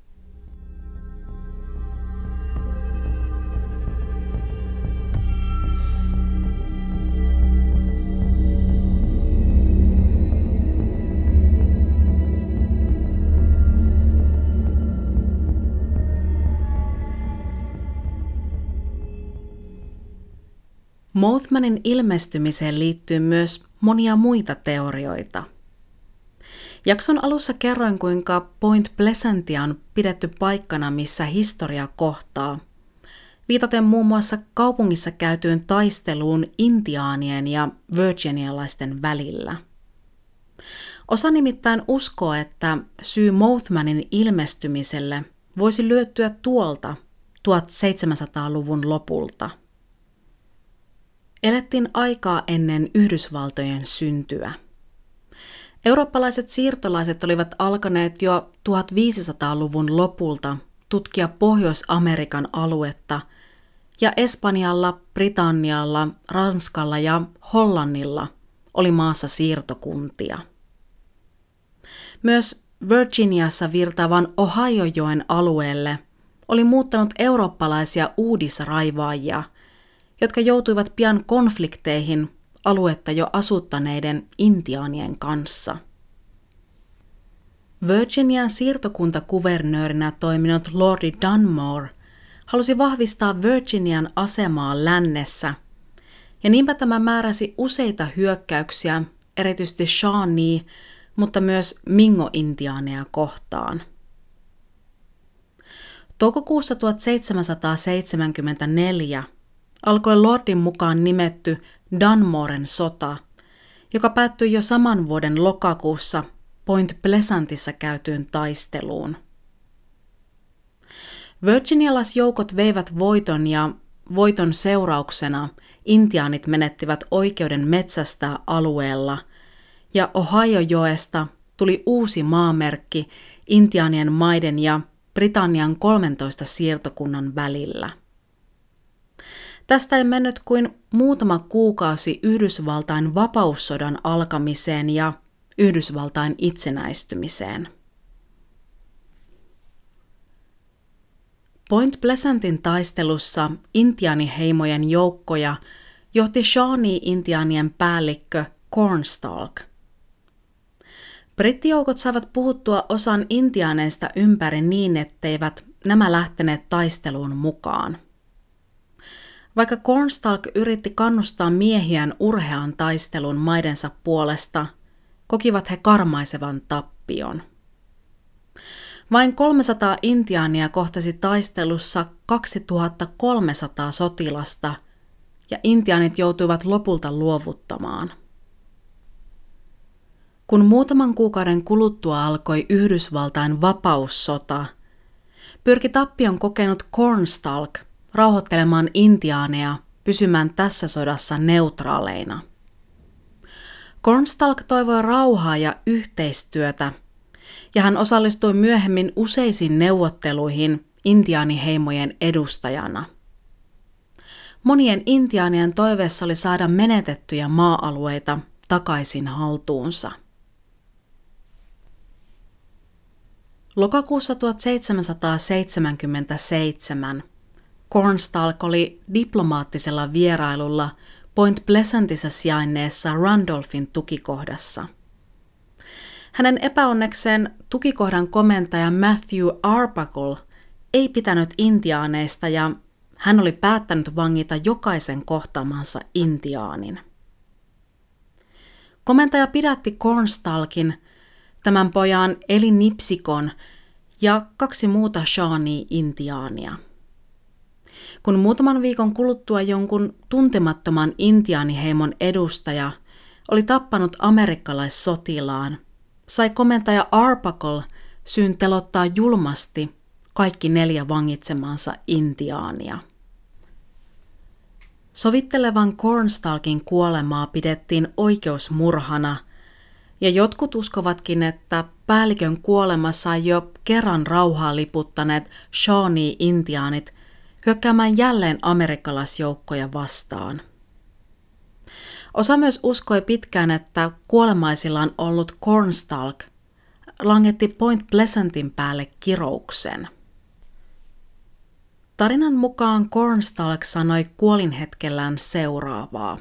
Mothmanin ilmestymiseen liittyy myös monia muita teorioita. Jakson alussa kerroin, kuinka Point Pleasantia on pidetty paikkana, missä historia kohtaa, viitaten muun muassa kaupungissa käytyyn taisteluun intiaanien ja virginialaisten välillä. Osa nimittäin uskoo, että syy Mothmanin ilmestymiselle voisi löytyä tuolta tuhatseitsemänsataaluvun lopulta. Elettiin aikaa ennen Yhdysvaltojen syntyä. Eurooppalaiset siirtolaiset olivat alkaneet jo tuhatviisisataaluvun lopulta tutkia Pohjois-Amerikan aluetta, ja Espanjalla, Britannialla, Ranskalla ja Hollannilla oli maassa siirtokuntia. Myös Virginiassa virtaavan Ohiojoen alueelle oli muuttanut eurooppalaisia uudisraivaajia, jotka joutuivat pian konflikteihin aluetta jo asuttaneiden intiaanien kanssa. Virginian siirtokuntakuvernöörinä toiminut Lordi Dunmore halusi vahvistaa Virginian asemaa lännessä, ja niinpä tämä määräsi useita hyökkäyksiä erityisesti Shawnee, mutta myös Mingo-intiaaneja kohtaan. Toukokuussa tuhatseitsemänsataaseitsemänkymmentäneljä alkoi Lordin mukaan nimetty Dunmoren sota, joka päättyi jo saman vuoden lokakuussa Point Pleasantissa käytyyn taisteluun. Virginialaisjoukot veivät voiton ja voiton seurauksena intiaanit menettivät oikeuden metsästää alueella ja Ohiojoesta tuli uusi maamerkki intiaanien maiden ja Britannian kolmentoista siirtokunnan välillä. Tästä ei mennyt kuin muutama kuukausi Yhdysvaltain vapaussodan alkamiseen ja Yhdysvaltain itsenäistymiseen. Point Pleasantin taistelussa intiaaniheimojen joukkoja johti Shawnee-intiaanien päällikkö Cornstalk. Brittijoukot saivat puhuttua osan intiaaneista ympäri niin, etteivät nämä lähteneet taisteluun mukaan. Vaikka Cornstalk yritti kannustaa miehiään urheaan taistelun maidensa puolesta, kokivat he karmaisevan tappion. Vain kolmesataa intiaania kohtasi taistelussa kaksituhattakolmesataa sotilasta, ja intiaanit joutuivat lopulta luovuttamaan. Kun muutaman kuukauden kuluttua alkoi Yhdysvaltain vapaussota, pyrki tappion kokenut Cornstalk rauhoittelemaan intiaaneja pysymään tässä sodassa neutraaleina. Cornstalk toivoi rauhaa ja yhteistyötä, ja hän osallistui myöhemmin useisiin neuvotteluihin intiaaniheimojen edustajana. Monien intiaanien toiveessa oli saada menetettyjä maa-alueita takaisin haltuunsa. Lokakuussa tuhatseitsemänsataaseitsemänkymmentäseitsemän Cornstalk oli diplomaattisella vierailulla Point Pleasantissa sijainneessa Randolphin tukikohdassa. Hänen epäonnekseen tukikohdan komentaja Matthew Arbuckle ei pitänyt intiaaneista ja hän oli päättänyt vangita jokaisen kohtaamansa intiaanin. Komentaja pidätti Cornstalkin, tämän pojan Eli Nipsikon ja kaksi muuta Shawnee-intiaania. kun muutaman viikon kuluttua jonkun tuntemattoman intiaaniheimon edustaja oli tappanut amerikkalaissotilaan, sai komentaja Arbuckle syyn telottaa julmasti kaikki neljä vangitsemansa intiaania. Sovittelevan Cornstalkin kuolemaa pidettiin oikeusmurhana, ja jotkut uskovatkin, että päällikön kuolema sai jo kerran rauhaa liputtaneet Shawnee-intiaanit hyökkäämään jälleen amerikkalaisjoukkoja vastaan. Osa myös uskoi pitkään, että kuolemaisillaan ollut Cornstalk langetti Point Pleasantin päälle kirouksen. Tarinan mukaan Cornstalk sanoi kuolinhetkellään seuraavaa.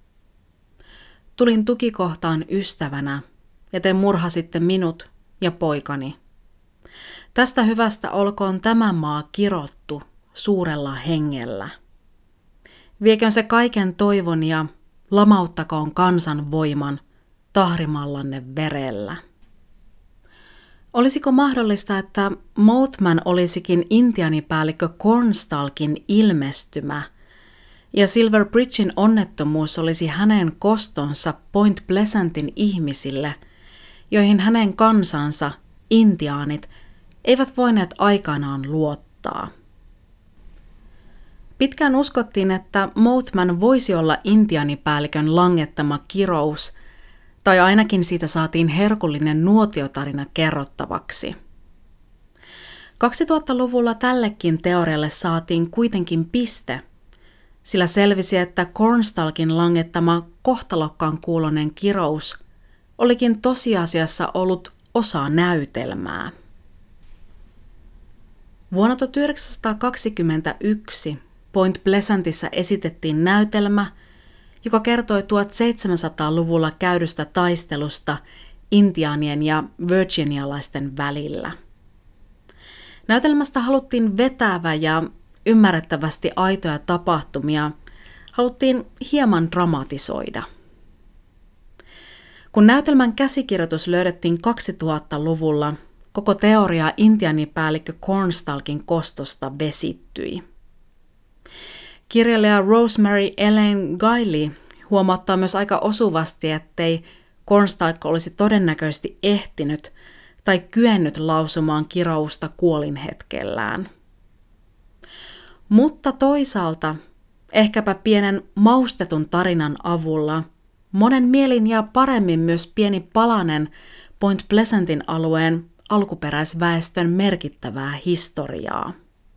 Tulin tukikohtaan ystävänä, ja te murhasitte minut ja poikani. Tästä hyvästä olkoon tämä maa kirottu suurella hengellä. Vieköön se kaiken toivon ja lamauttakoon kansan voiman tahrimallanne verellä. Olisiko mahdollista, että Mothman olisikin intiaanipäällikkö Cornstalkin ilmestymä, ja Silver Bridgein onnettomuus olisi hänen kostonsa Point Pleasantin ihmisille, joihin hänen kansansa, intiaanit, eivät voineet aikanaan luottaa. Pitkään uskottiin, että Mothman voisi olla intiaanipäällikön langettama kirous, tai ainakin siitä saatiin herkullinen nuotiotarina kerrottavaksi. kaksituhattaluvulla tällekin teorialle saatiin kuitenkin piste, sillä selvisi, että Cornstalkin langettama kohtalokkaan kuuloinen kirous olikin tosiasiassa ollut osa näytelmää. Vuonna tuhatyhdeksänsataakaksikymmentäyksi Point Pleasantissa esitettiin näytelmä, joka kertoi tuhatseitsemänsataaluvulla käydystä taistelusta intiaanien ja virginialaisten välillä. Näytelmästä haluttiin vetävä ja ymmärrettävästi aitoja tapahtumia haluttiin hieman dramatisoida. Kun näytelmän käsikirjoitus löydettiin kaksituhattaluvulla, koko teoria intiaanipäällikkö Cornstalkin kostosta vesittyi. Kirjailija Rosemary Ellen Guiley huomauttaa myös aika osuvasti, ettei Cornstalk olisi todennäköisesti ehtinyt tai kyennyt lausumaan kirousta kuolinhetkellään. Mutta toisaalta, ehkäpä pienen maustetun tarinan avulla, monen mielin jää paremmin myös pieni palanen Point Pleasantin alueen alkuperäisväestön merkittävää historiaa.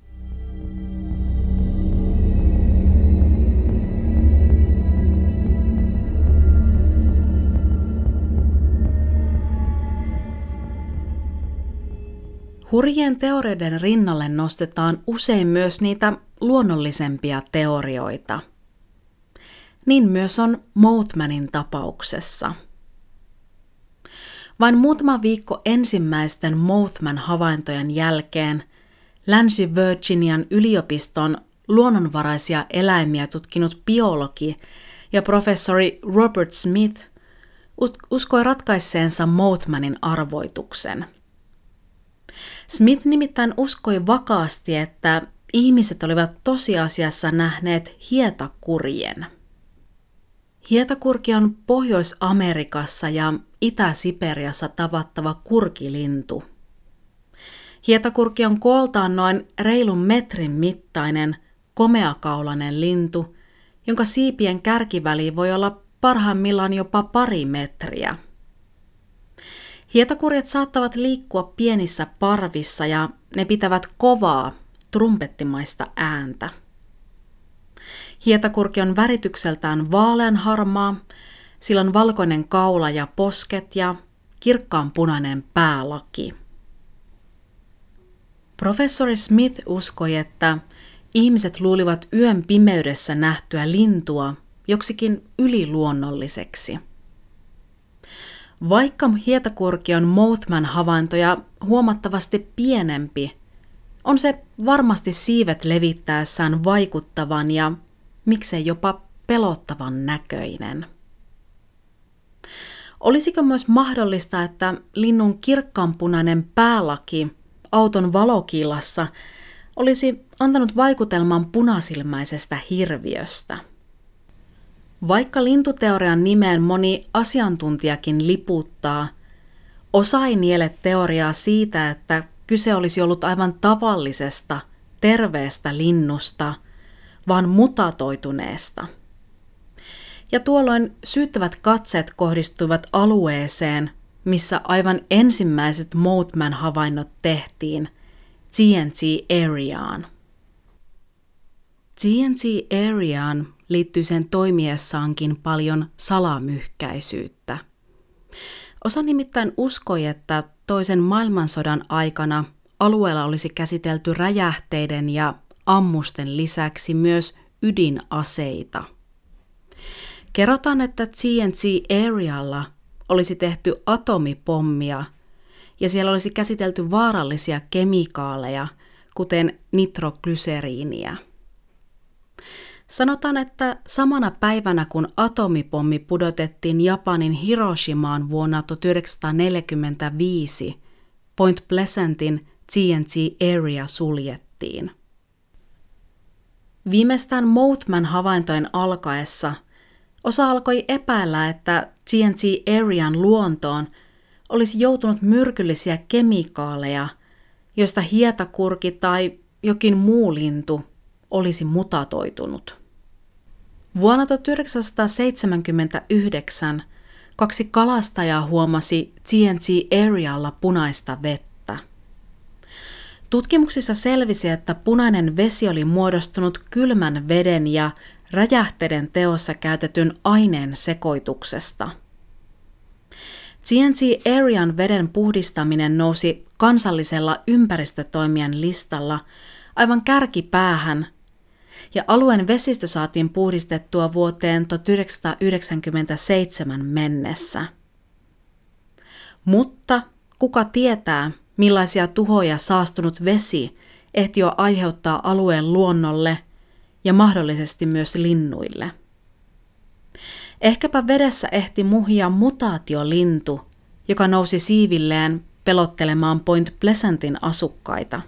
Hurjien teorioiden rinnalle nostetaan usein myös niitä luonnollisempia teorioita. Niin myös on Mothmanin tapauksessa. Vain muutama viikko ensimmäisten Mothman-havaintojen jälkeen Länsi-Virginian yliopiston luonnonvaraisia eläimiä tutkinut biologi ja professori Robert Smith uskoi ratkaisseensa Mothmanin arvoituksen. Smith nimittäin uskoi vakaasti, että ihmiset olivat tosiasiassa nähneet hietakurjen. Hietakurki on Pohjois-Amerikassa ja Itä-Siperiassa tavattava kurkilintu. Hietakurki on kooltaan noin reilun metrin mittainen, komeakaulainen lintu, jonka siipien kärkiväli voi olla parhaimmillaan jopa pari metriä. Hietakurjet saattavat liikkua pienissä parvissa ja ne pitävät kovaa, trumpettimaista ääntä. Hietakurki on väritykseltään vaaleanharmaa, sillä on valkoinen kaula ja posket ja kirkkaanpunainen päälaki. Professori Smith uskoi, että ihmiset luulivat yön pimeydessä nähtyä lintua joksikin yliluonnolliseksi. Vaikka hietakurki on Mothman-havaintoja huomattavasti pienempi, on se varmasti siivet levittäessään vaikuttavan ja miksei jopa pelottavan näköinen. Olisiko myös mahdollista, että linnun kirkkaanpunainen päälaki auton valokilassa olisi antanut vaikutelman punasilmäisestä hirviöstä. Vaikka lintuteorian nimeen moni asiantuntijakin liputtaa, osa ei niele teoriaa siitä, että kyse olisi ollut aivan tavallisesta, terveestä linnusta, vaan mutatoituneesta. Ja tuolloin syyttävät katseet kohdistuivat alueeseen, missä aivan ensimmäiset Mothman-havainnot tehtiin, T N T-areaan. T N T-areaan liittyy sen toimiessaankin paljon salamyhkäisyyttä. Osa nimittäin uskoi, että toisen maailmansodan aikana alueella olisi käsitelty räjähteiden ja ammusten lisäksi myös ydinaseita. Kerrotaan, että T N T-arealla olisi tehty atomipommia ja siellä olisi käsitelty vaarallisia kemikaaleja, kuten nitroglyseriiniä. Sanotaan, että samana päivänä kun atomipommi pudotettiin Japanin Hiroshimaan vuonna tuhatyhdeksänsataaneljäkymmentäviisi, Point Pleasantin T N T-area suljettiin. Viimeistään Mothman-havaintojen alkaessa osa alkoi epäillä, että T N T-arean luontoon olisi joutunut myrkyllisiä kemikaaleja, joista hietakurki tai jokin muu lintu olisi mutatoitunut. Vuonna tuhatyhdeksänsataaseitsemänkymmentäyhdeksän kaksi kalastajaa huomasi T N T-arealla punaista vettä. Tutkimuksissa selvisi, että punainen vesi oli muodostunut kylmän veden ja räjähteiden teossa käytetyn aineen sekoituksesta. T N T-arean veden puhdistaminen nousi kansallisella ympäristötoimien listalla aivan kärkipäähän, ja alueen vesistö saatiin puhdistettua vuoteen tuhatyhdeksänsataayhdeksänkymmentäseitsemän mennessä. Mutta kuka tietää, millaisia tuhoja saastunut vesi ehti jo aiheuttaa alueen luonnolle ja mahdollisesti myös linnuille. Ehkäpä vedessä ehti muhia mutaatiolintu, joka nousi siivilleen pelottelemaan Point Pleasantin asukkaita.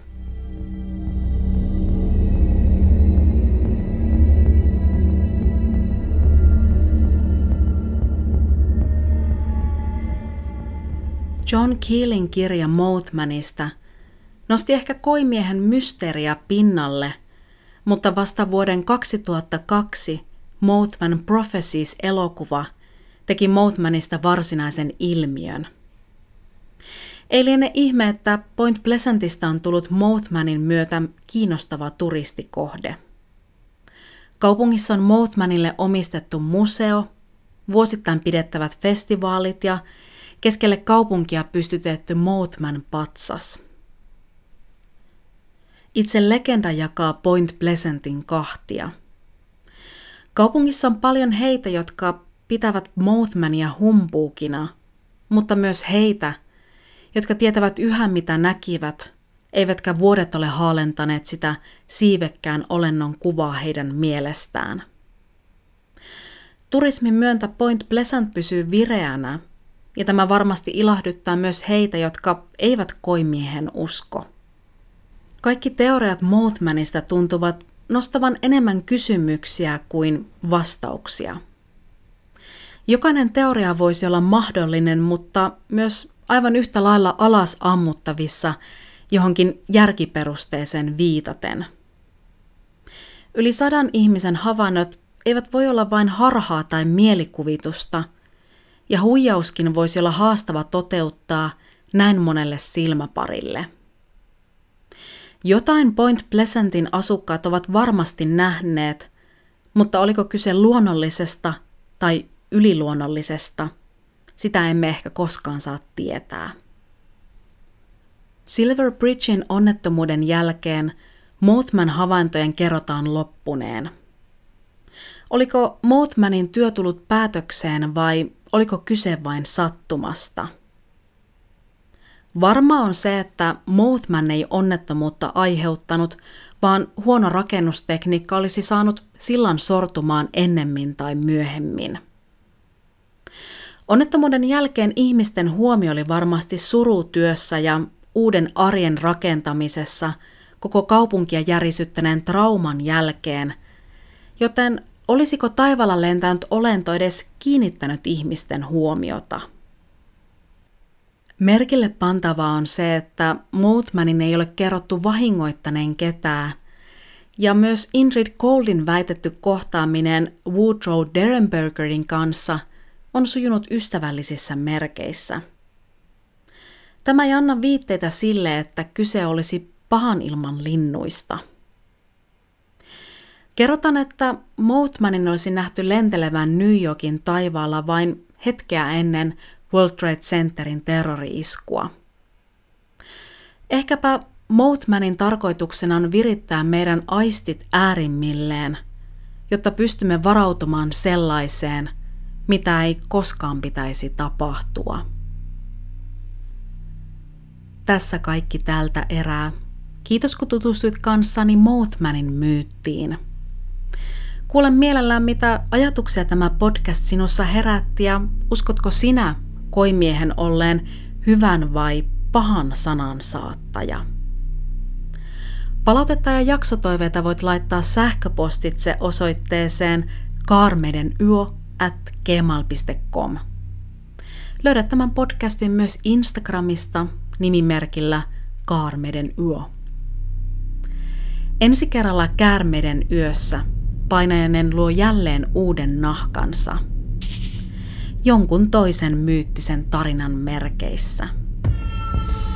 John Keelin kirja Mothmanista nosti ehkä koimiehen mysteeriä pinnalle, mutta vasta vuoden kaksituhattakaksi Mothman Prophecies-elokuva teki Mothmanista varsinaisen ilmiön. Ei liene ihme, että Point Pleasantista on tullut Mothmanin myötä kiinnostava turistikohde. Kaupungissa on Mothmanille omistettu museo, vuosittain pidettävät festivaalit ja keskelle kaupunkia pystytetty Mothman-patsas. Itse legenda jakaa Point Pleasantin kahtia. Kaupungissa on paljon heitä, jotka pitävät Mothmania humpuukina, mutta myös heitä, jotka tietävät yhä mitä näkivät, eivätkä vuodet ole haalentaneet sitä siivekkään olennon kuvaa heidän mielestään. Turismin myöntä Point Pleasant pysyy vireänä, ja tämä varmasti ilahduttaa myös heitä, jotka eivät koimiehen usko. Kaikki teoriat Mothmanista tuntuvat nostavan enemmän kysymyksiä kuin vastauksia. Jokainen teoria voisi olla mahdollinen, mutta myös aivan yhtä lailla alas ammuttavissa johonkin järkiperusteeseen viitaten. Yli sadan ihmisen havainnot eivät voi olla vain harhaa tai mielikuvitusta, ja huijauskin voisi olla haastava toteuttaa näin monelle silmäparille. Jotain Point Pleasantin asukkaat ovat varmasti nähneet, mutta oliko kyse luonnollisesta tai yliluonnollisesta, sitä emme ehkä koskaan saa tietää. Silver Bridgein onnettomuuden jälkeen Mothman-havaintojen kerrotaan loppuneen. Oliko Mothmanin työ tullut päätökseen vai oliko kyse vain sattumasta? Varma on se, että Mothman ei onnettomuutta aiheuttanut, vaan huono rakennustekniikka olisi saanut sillan sortumaan ennemmin tai myöhemmin. Onnettomuuden jälkeen ihmisten huomio oli varmasti surutyössä ja uuden arjen rakentamisessa, koko kaupunkia järisyttäneen trauman jälkeen, joten olisiko taivaalla lentänyt olento edes kiinnittänyt ihmisten huomiota? Merkille pantavaa on se, että Mothmanin ei ole kerrottu vahingoittaneen ketään, ja myös Indrid Couldin väitetty kohtaaminen Woodrow Derenbergerin kanssa on sujunut ystävällisissä merkeissä. Tämä ei anna viitteitä sille, että kyse olisi pahan ilman linnuista. Kerrotaan, että Mothmanin olisi nähty lentelevän New Yorkin taivaalla vain hetkeä ennen World Trade Centerin terrori-iskua. Ehkäpä Mothmanin tarkoituksena on virittää meidän aistit äärimmilleen, jotta pystymme varautumaan sellaiseen, mitä ei koskaan pitäisi tapahtua. Tässä kaikki tältä erää. Kiitos kun tutustuit kanssani Mothmanin myyttiin. Kuulen mielellään, mitä ajatuksia tämä podcast sinussa herätti ja uskotko sinä koimiehen olleen hyvän vai pahan sanan saattaja? Palautetta ja jaksotoiveita voit laittaa sähköpostitse osoitteeseen kaarmeidenyö at gmail piste com. Löydät tämän podcastin myös Instagramista nimimerkillä Kaarmeiden yö. Ensi kerralla Käärmeiden yössä painajainen luo jälleen uuden nahkansa, jonkun toisen myyttisen tarinan merkeissä.